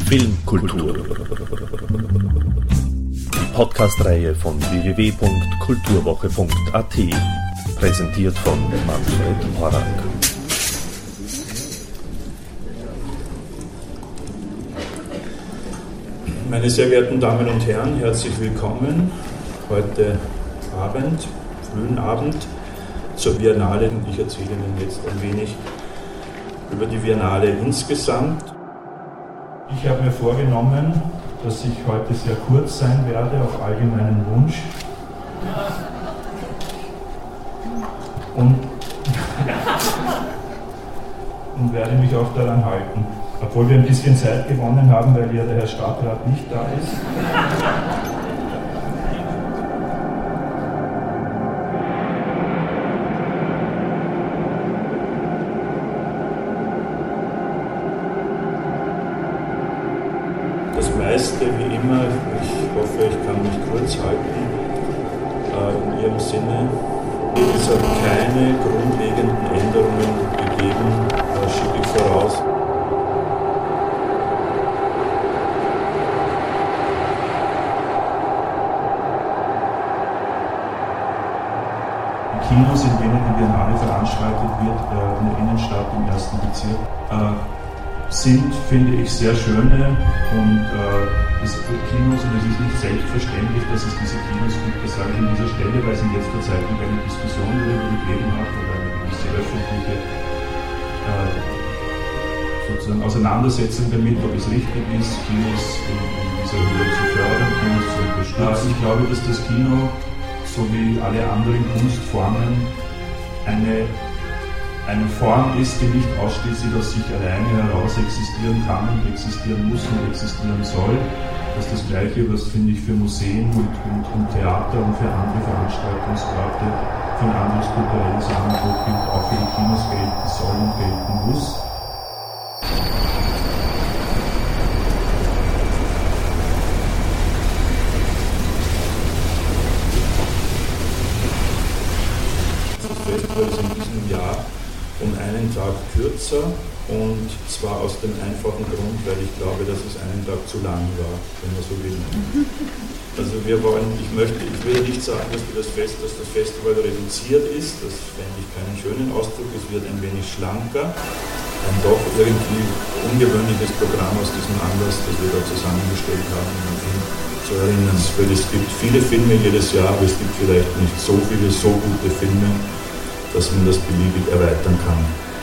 Filmkultur. Die Podcast-Reihe von www.kulturwoche.at. Präsentiert von Manfred Horak. Meine sehr geehrten Damen und Herren, herzlich willkommen heute Abend, frühen Abend, zur Biennale. Ich erzähle Ihnen jetzt ein wenig über die Biennale insgesamt. Ich habe mir vorgenommen, dass ich heute sehr kurz sein werde, auf allgemeinen Wunsch. Und werde mich auch daran halten. Obwohl wir ein bisschen Zeit gewonnen haben, weil ja der Herr Stadtrat nicht da ist. Das meiste, wie immer, ich hoffe, ich kann mich kurz halten, in Ihrem Sinne. Es hat keine grundlegenden Änderungen gegeben, schicke ich voraus. Die Kinos, in denen die Biennale veranstaltet wird, in der Innenstadt im 1. Bezirk, sind, finde ich, sehr schöne und Kinos, und es ist nicht selbstverständlich, dass es diese Kinos gibt, das sage ich an dieser Stelle, weil es in letzter Zeit noch eine Diskussion darüber gegeben hat oder eine gewisse öffentliche sozusagen Auseinandersetzung damit, ob es richtig ist, Kinos in dieser Höhe zu fördern, Kinos zu unterstützen. Ich glaube, dass das Kino, so wie alle anderen Kunstformen, eine Form ist, die nicht ausschließlich aus sich alleine heraus existieren kann und existieren muss und existieren soll. Dass das Gleiche, was, finde ich, für Museen und Theater und für andere Veranstaltungsorte, für ein anderes kulturelles Angebot gilt, auch für die Kinos gelten soll und gelten muss. Das Festival ist in diesem Jahr um einen Tag kürzer, und zwar aus dem einfachen Grund, weil ich glaube, dass es einen Tag zu lang war, wenn man so will. Also ich würde nicht sagen, dass das Festival reduziert ist, das fände ich keinen schönen Ausdruck, es wird ein wenig schlanker, ein doch irgendwie ungewöhnliches Programm aus diesem Anlass, das wir da zusammengestellt haben, um ihn zu erinnern. Weil es gibt viele Filme jedes Jahr, aber es gibt vielleicht nicht so viele so gute Filme, dass man das beliebig erweitern kann.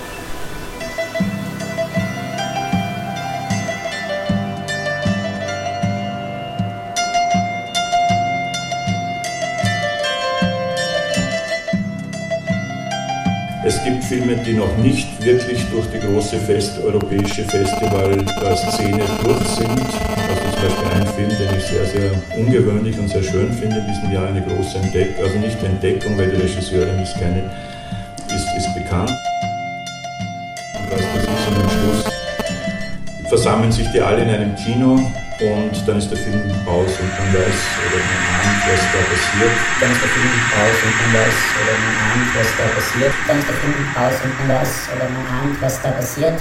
Es gibt Filme, die noch nicht wirklich durch die große europäische Festivalszene durch sind. Also zum Beispiel ein Film, den ich sehr, sehr ungewöhnlich und sehr schön finde in diesem Jahr, eine große Entdeckung, also nicht Entdeckung, weil die Regisseurin ist bekannt. Und was das ist, und am Schluss versammeln sich die alle in einem Kino und dann ist der Film aus und man weiß oder man ahnt, was da passiert. Dann ist der Film aus und man weiß oder man ahnt, was da passiert. Dann ist der Film aus und man weiß oder man ahnt, was da passiert.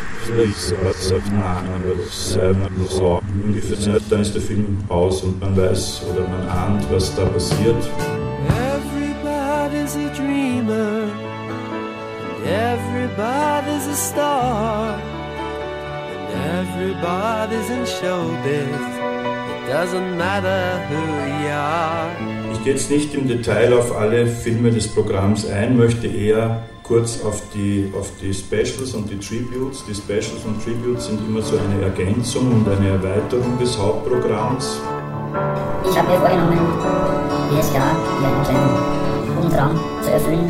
Dann ist der Film aus und man weiß oder man ahnt, was da passiert. Everybody's a dreamer, and everybody's a star, and everybody's in showbiz. It doesn't matter who you are. Ich gehe jetzt nicht im Detail auf alle Filme des Programms ein, möchte eher kurz auf die Specials und die Tributes. Die Specials und Tributes sind immer so eine Ergänzung und eine Erweiterung des Hauptprogramms. Ich habe mir vorgenommen, jedes Jahr hier einen kleinen Umtraum zu erfüllen.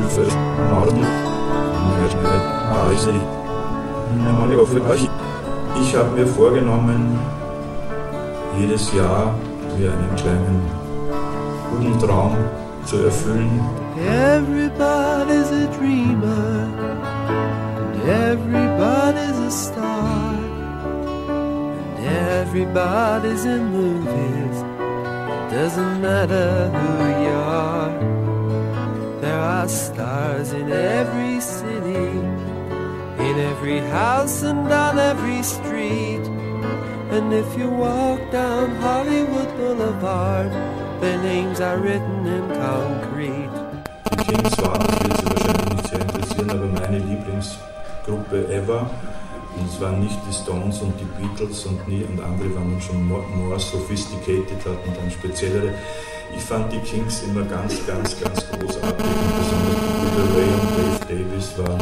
Ich habe mir vorgenommen, jedes Jahr mir einen kleinen Jugendtraum zu erfüllen. Everybody's a dreamer, and everybody's a star, and everybody's in movies. It doesn't matter who you are. There are stars in every city, in every house and on every street. And if you walk down Hollywood Boulevard, their names are written in concrete. Die Kings waren, das wird Sie wahrscheinlich nicht sehr interessieren, aber meine Lieblingsgruppe ever. Und es waren nicht die Stones und die Beatles und andere waren schon more sophisticated, hatten dann speziellere. Ich fand die Kings immer ganz, ganz, ganz großartig und besonders die Brüder Ray und Dave Davis waren,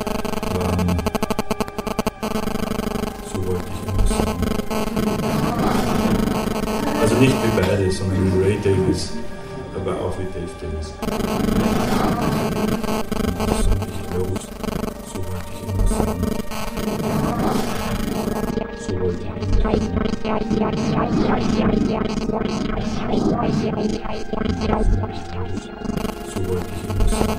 so wollte ich immer sagen. Also nicht wie beide, sondern wie Ray Davis, aber auch wie Dave Davis. So wollte ich immer sagen. So wollte ich immer sagen.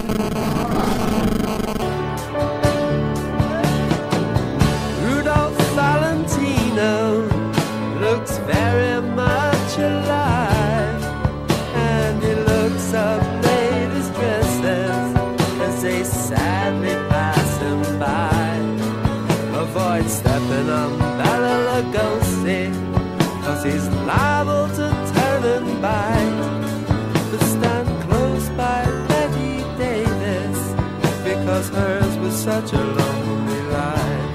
Rudolph Valentino looks very much alive, and he looks up ladies' dresses as they sadly pass him by. Avoid stepping on Bela Lugosi, 'cause he's liable to turn and bite. But stand close by Betty Davis, because hers was such a lonely life.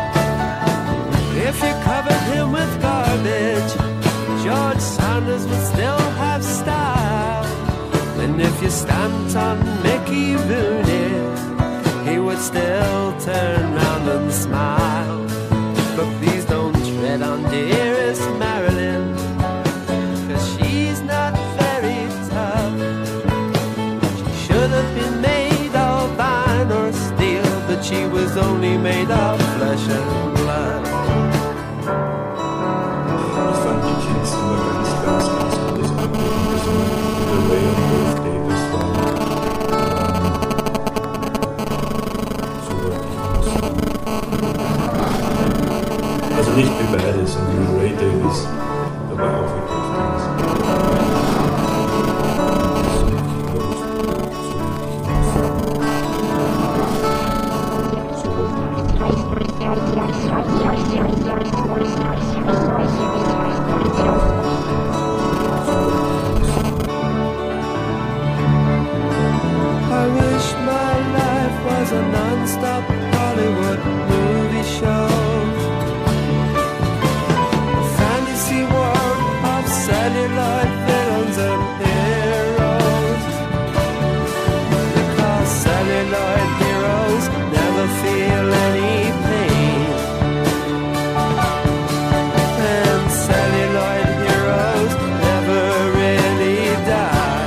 If you covered him with garbage, George Sanders would still have style. And if you stamped on Mickey Rooney, he would still turn round and smile. But please don't tread on dearest Marilyn, 'cause she's not very tough. She should have been made of iron or steel, but she was only made of flesh and blood. Ich fand die Kings immer ganz, ganz, ganz großartig und besonders die Ray und Dave Davis waren, so wollte ich immer sagen. Also nicht wie beide, sondern wie Ray Davis, aber auch wie Dave Davis. I wish my life was a non-stop Hollywood movie show, a fantasy world of celluloid villains and heroes, because celluloid heroes never feel any pain, and celluloid heroes never really die.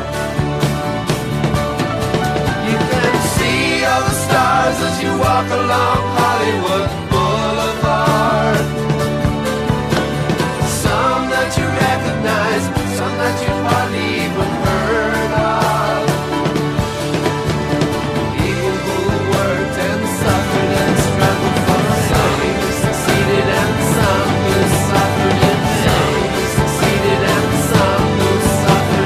You can see all the stars as you walk along Hollywood Boulevard. Some that you recognize, some that you hardly even heard of. People who worked and suffered and struggled for some who succeeded and some who suffered and some who succeeded and some who suffered.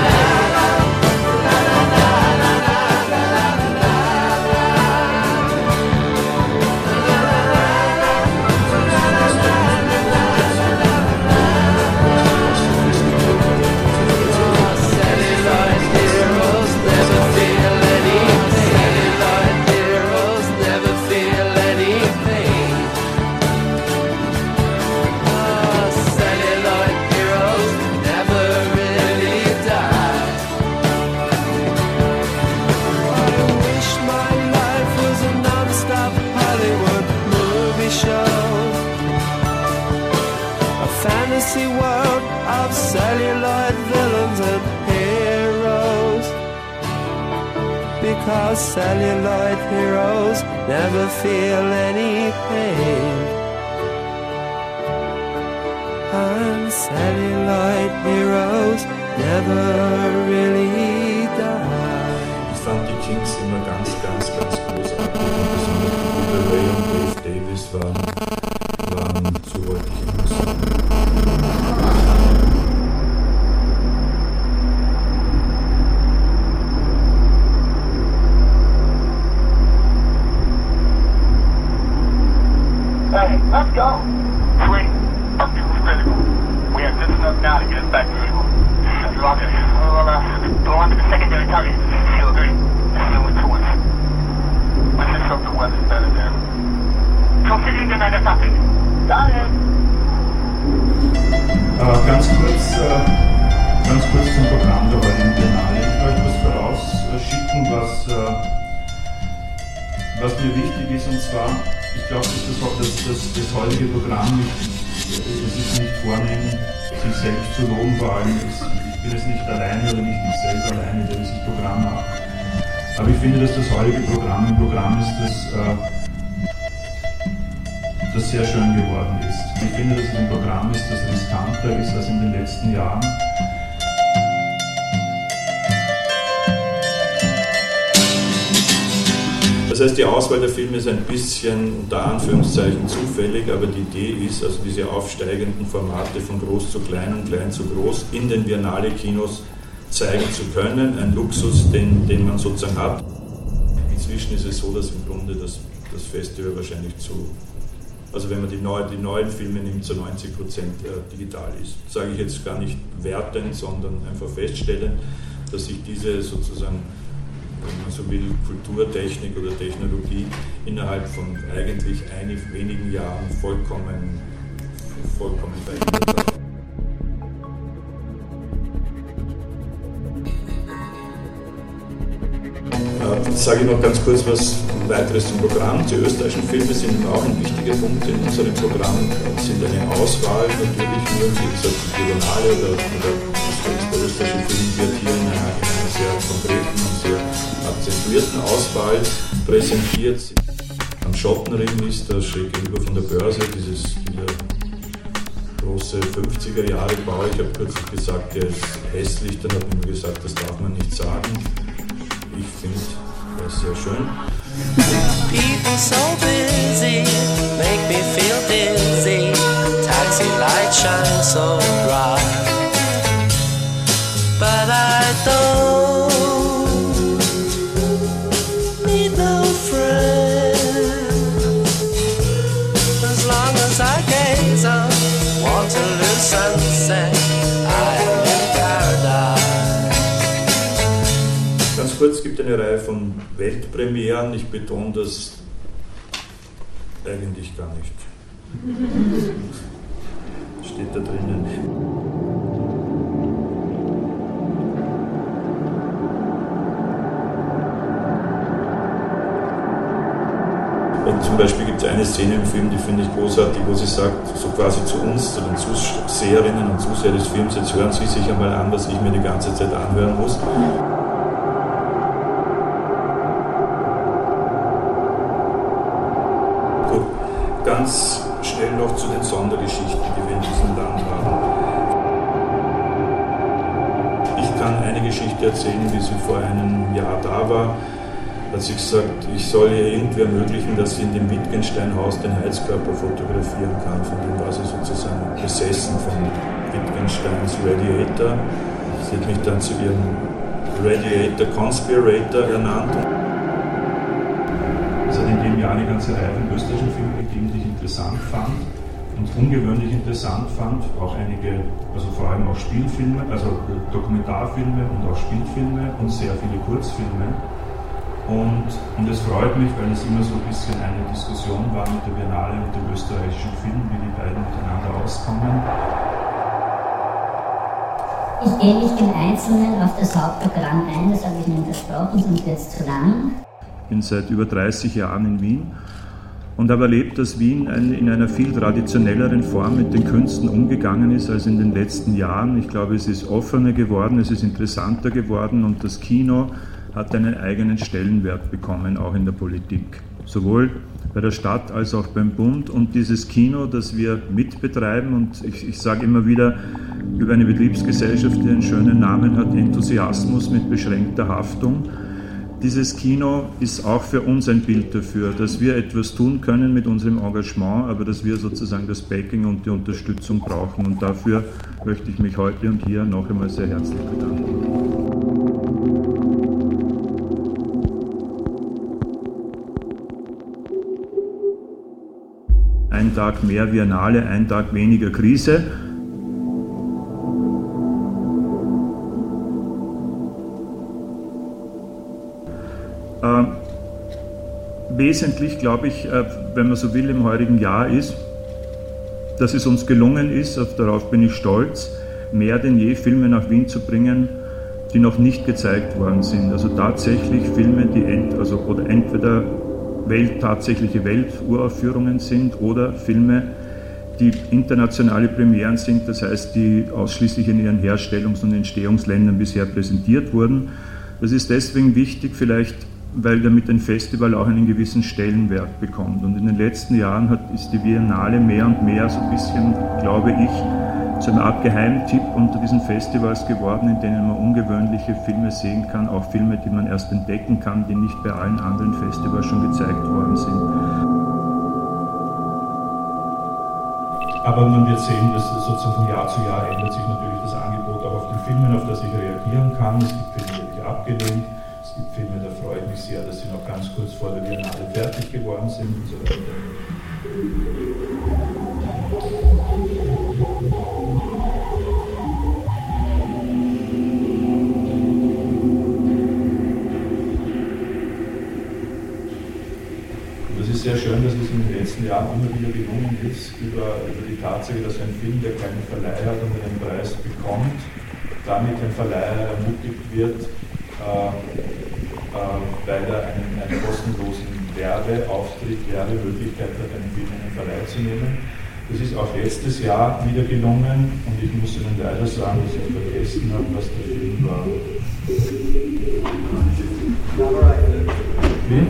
Celluloid heroes never feel any pain. Celluloid heroes never feel any pain. Celluloid heroes never really die. I wish my life was a non-stop Hollywood movie show, a fantasy world of celluloid villains and heroes, because celluloid heroes never feel any pain, and celluloid heroes never really die. Ich fand die Kings immer ganz, ganz, ganz großartig und besonders die Brüder Ray und Dave Davis waren, so wollte ich immer sagen. Hey, let's go. Sweet. is back to usual. Roger. We'll go on to the secondary target. Seal green. Smooth towards. Let's just hope the weather's better there. Considering the night topic. Got it. Ganz kurz zum Programm der heutigen Biennale. Ich möchte was vorausschicken, was mir wichtig ist, und zwar, ich glaube, dass das heutige Programm es ist nicht vornehm, sich selbst zu loben, vor allem ich bin es nicht alleine oder nicht ich selber alleine, der dieses Programm macht. Aber ich finde, dass das heutige Programm ein Programm ist, das sehr schön geworden ist. Ich finde, dass es ein Programm ist, das riskanter ist als in den letzten Jahren. Das heißt, die Auswahl der Filme ist ein bisschen unter Anführungszeichen zufällig, aber die Idee ist, also diese aufsteigenden Formate von groß zu klein und klein zu groß in den Biennale-Kinos zeigen zu können. Ein Luxus, den man sozusagen hat. Inzwischen ist es so, dass im Grunde das Festival wahrscheinlich also wenn man die neuen Filme nimmt, zu 90% digital ist. Das sage ich jetzt gar nicht wertend, sondern einfach feststellen, dass sich diese sozusagen, wenn man so will, Kulturtechnik oder Technologie innerhalb von eigentlich wenigen Jahren vollkommen verändert hat. Jetzt sage ich noch ganz kurz was weiteres zum Programm. Die österreichischen Filme sind auch ein wichtiger Punkt in unserem Programm, sind eine Auswahl natürlich nur, wie gesagt, die Biennale oder der österreichische Film wird hier in einer sehr konkreten und sehr akzentuierten Auswahl präsentiert. Am Schottenring ist da schräg gegenüber von der Börse dieser große 50er-Jahre-Bau. Ich habe kürzlich gesagt, der ist hässlich, dann hat man mir gesagt, das darf man nicht sagen. Ich finde das sehr schön. People so busy, make me feel dizzy. Taxi light shine so bright, but I don't need no friend. As long as I gaze on Waterloo sunset, I am in paradise. Ganz kurz, es gibt eine Reihe von Weltpremieren. Ich betone das eigentlich gar nicht. Steht da drinnen. Und zum Beispiel gibt es eine Szene im Film, die finde ich großartig, wo sie sagt, so quasi zu uns, zu den Zuseherinnen und Zusehern des Films, jetzt hören Sie sich einmal an, was ich mir die ganze Zeit anhören muss. Ganz schnell noch zu den Sondergeschichten, die wir in diesem Land haben. Ich kann eine Geschichte erzählen, wie sie vor einem Jahr da war, als ich gesagt, ich soll ihr irgendwie ermöglichen, dass sie in dem Wittgenstein-Haus den Heizkörper fotografieren kann. Von dem war sie sozusagen besessen von Wittgensteins Radiator. Sie hat mich dann zu ihrem Radiator Conspirator ernannt. Es hat in dem Jahr eine ganze Reihe von österreichischen Filmen gegeben, die ich interessant fand und ungewöhnlich interessant fand. Auch einige, also vor allem auch Spielfilme, also Dokumentarfilme und auch Spielfilme und sehr viele Kurzfilme. Und es freut mich, weil es immer so ein bisschen eine Diskussion war mit der Biennale und dem österreichischen Film, wie die beiden miteinander auskommen. Ich gehe nicht im Einzelnen auf das Hauptprogramm ein, das habe ich Ihnen versprochen, sonst wird es zu lang. Ich bin seit über 30 Jahren in Wien und habe erlebt, dass Wien in einer viel traditionelleren Form mit den Künsten umgegangen ist als in den letzten Jahren. Ich glaube, es ist offener geworden, es ist interessanter geworden und das Kino hat einen eigenen Stellenwert bekommen, auch in der Politik. Sowohl bei der Stadt als auch beim Bund. Und dieses Kino, das wir mitbetreiben, und ich sage immer wieder über eine Betriebsgesellschaft, die einen schönen Namen hat, Enthusiasmus mit beschränkter Haftung. Dieses Kino ist auch für uns ein Bild dafür, dass wir etwas tun können mit unserem Engagement, aber dass wir sozusagen das Backing und die Unterstützung brauchen. Und dafür möchte ich mich heute und hier noch einmal sehr herzlich bedanken. Ein Tag mehr Biennale, ein Tag weniger Krise. wesentlich, glaube ich, wenn man so will, im heurigen Jahr ist, dass es uns gelungen ist, darauf bin ich stolz, mehr denn je Filme nach Wien zu bringen, die noch nicht gezeigt worden sind. Also tatsächlich Filme, die entweder tatsächliche Welturaufführungen sind oder Filme, die internationale Premieren sind, das heißt, die ausschließlich in ihren Herstellungs- und Entstehungsländern bisher präsentiert wurden. Das ist deswegen wichtig, vielleicht weil damit ein Festival auch einen gewissen Stellenwert bekommt. Und in den letzten Jahren ist die Biennale mehr und mehr so ein bisschen, glaube ich, zu einer Art Geheimtipp unter diesen Festivals geworden, in denen man ungewöhnliche Filme sehen kann, auch Filme, die man erst entdecken kann, die nicht bei allen anderen Festivals schon gezeigt worden sind. Aber man wird sehen, dass sozusagen von Jahr zu Jahr ändert sich natürlich das Angebot auch auf den Filmen, auf das ich reagieren kann. Es gibt Filme, die ich abgelehnt. Es gibt Filme, da freue ich mich sehr, dass sie noch ganz kurz vor der Biennale fertig geworden sind und so weiter. Und es ist sehr schön, dass es in den letzten Jahren immer wieder gelungen ist, über die Tatsache, dass ein Film, der keinen Verleih hat und einen Preis bekommt, damit ein Verleiher ermutigt wird, weil er einen kostenlosen Werbemöglichkeit hat, einen Film in den Verleih zu nehmen. Das ist auch letztes Jahr wieder gelungen und ich muss Ihnen leider sagen, dass ich vergessen habe, was der Film war. Wie?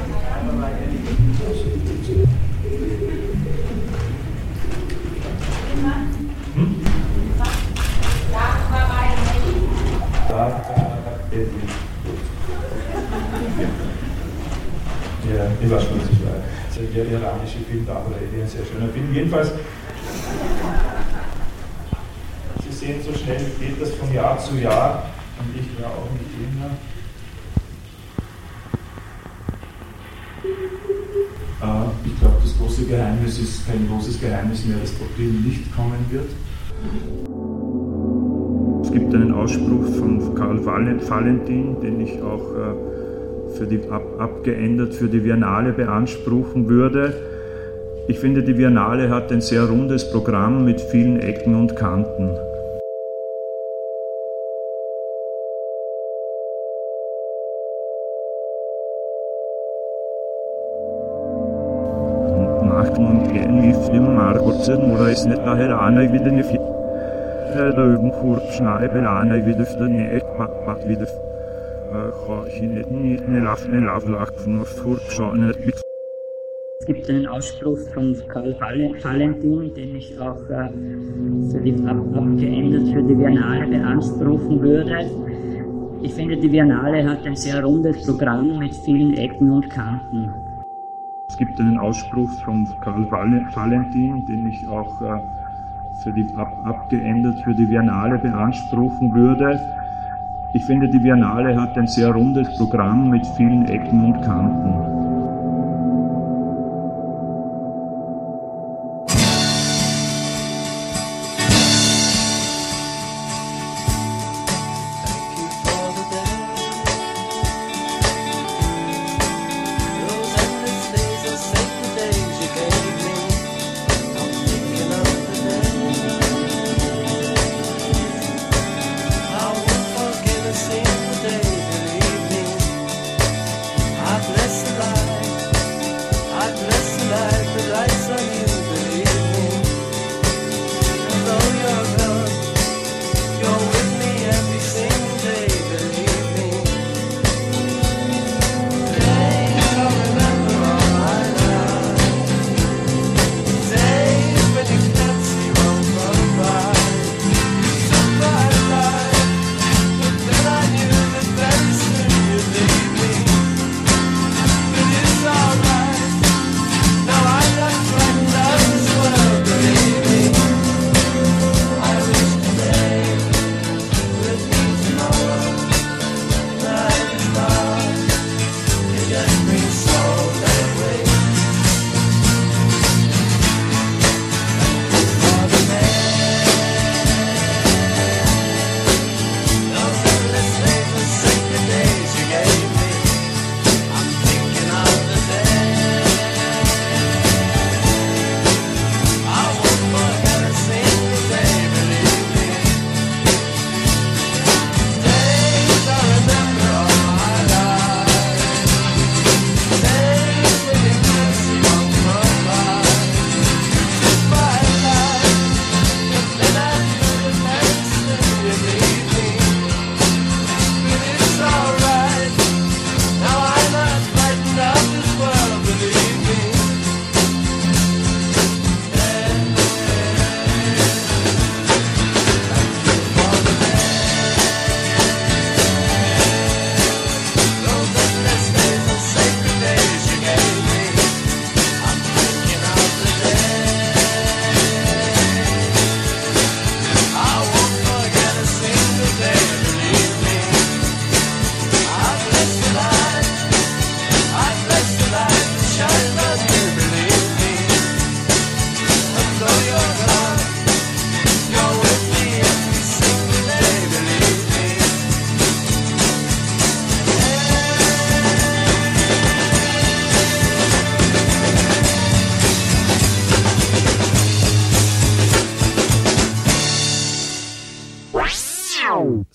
Ja, ich weiß schon, was ich war. Der iranische Film Barbara Eli, ein sehr schöner Film. Jedenfalls, Sie sehen, so schnell geht das von Jahr zu Jahr und ich war auch nicht immer. Ich glaube, das große Geheimnis ist kein großes Geheimnis mehr, dass Bottini nicht kommen wird. Es gibt einen Ausspruch von Karl Valentin, den ich auch abgeändert für die Biennale beanspruchen würde. Ich finde, die Biennale hat ein sehr rundes Programm mit vielen Ecken und Kanten. Und macht man gerne Film Margotzen oder ist nicht daher eine wieder eine Film. Der Öbenkurz schneibe eine wieder für eine Eckpack wieder. Es gibt einen Ausspruch von Karl Valentin, den ich auch abgeändert für die Biennale beanspruchen würde. Ich finde, die Biennale hat ein sehr rundes Programm mit vielen Ecken und Kanten. Es gibt einen Ausspruch von Karl Valentin, den ich auch abgeändert für die Biennale beanspruchen würde. Ich finde, die Biennale hat ein sehr rundes Programm mit vielen Ecken und Kanten. Blessed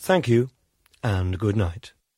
Thank you and good night.